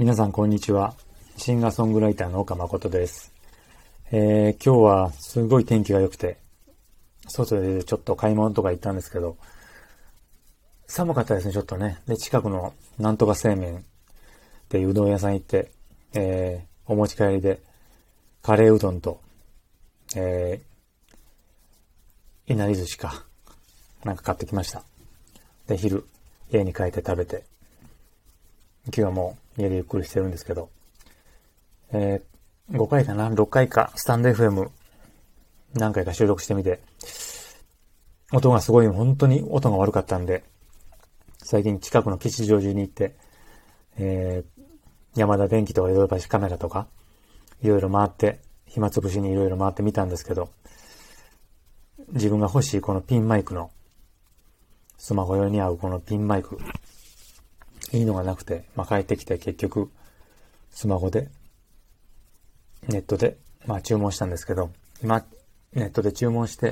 皆さんこんにちは。シンガーソングライターの岡誠です。今日はすごい天気が良くて、外でちょっと買い物とか行ったんですけど、寒かったですね、ちょっとね。で、近くのなんとか製麺っていううどん屋さん行って、お持ち帰りでカレーうどんと、いなり寿司か、なんか買ってきました。で、昼、家に帰って食べて、今日はもう家でゆっくりしてるんですけど、5回かな ?6 回か、スタンド FM 何回か収録してみて、音がすごい、本当に音が悪かったんで、最近近くの吉祥寺に行って、山田電機とかヨドバシカメラとか、いろいろ回って、暇つぶしにいろいろ回ってみたんですけど、自分が欲しいこのピンマイクの、スマホ用に合うこのピンマイク、いいのがなくて、帰ってきて結局、スマホで、ネットで、注文したんですけど、今、ネットで注文して、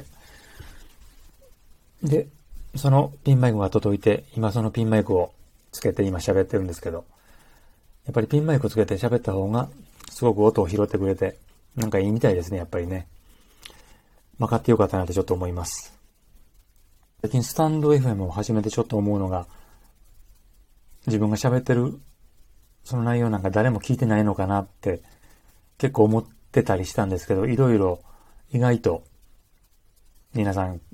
で、そのピンマイクが届いて、今そのピンマイクをつけて今喋ってるんですけど、やっぱりピンマイクつけて喋った方が、すごく音を拾ってくれて、なんかいいみたいですね、やっぱりね。買ってよかったなってちょっと思います。最近スタンド FM を始めてちょっと思うのが、自分が喋ってる、その内容なんか誰も聞いてないのかなって、結構思ってたりしたんですけど、いろいろ意外と皆さん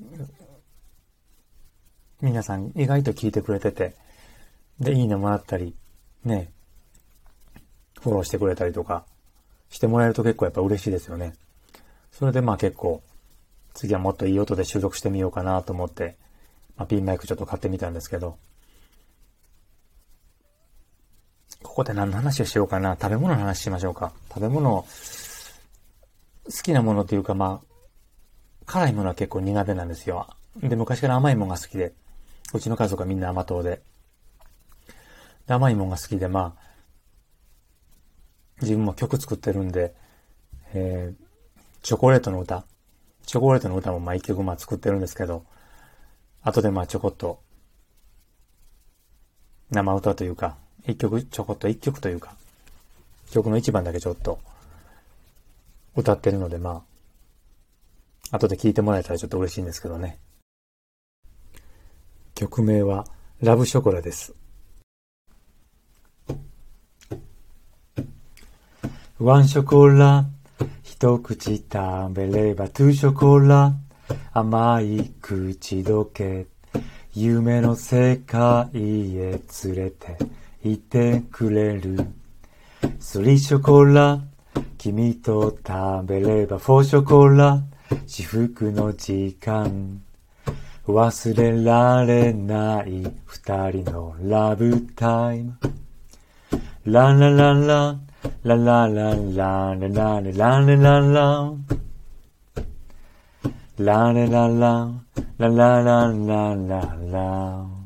意外と聞いてくれてて、で、いいねもらったり、ね、フォローしてくれたりとかしてもらえると結構やっぱ嬉しいですよね。それで結構、次はもっといい音で収録してみようかなと思って、ピンマイクちょっと買ってみたんですけど、ここで何の話をしようかな。食べ物の話しましょうか。食べ物、好きなものというか辛いものは結構苦手なんですよ。で、昔から甘いものが好きで、うちの家族はみんな甘党で、甘いものが好きで、自分も曲作ってるんで、チョコレートの歌も一曲作ってるんですけど、後でちょこっと、生歌というか、一曲というか、曲の一番だけちょっと、歌ってるので後で聴いてもらえたらちょっと嬉しいんですけどね。曲名はラブショコラです。ワンショコラ、一口食べればツーショコラ、甘い口どけ、夢の世界へ連れて行ってくれる。スリーショコラ、君と食べればフォーショコラ、至福の時間、忘れられない二人のラブタイム。ランラランラン、ララランランラランランラランラン、ランラランラン、ララランランランラン。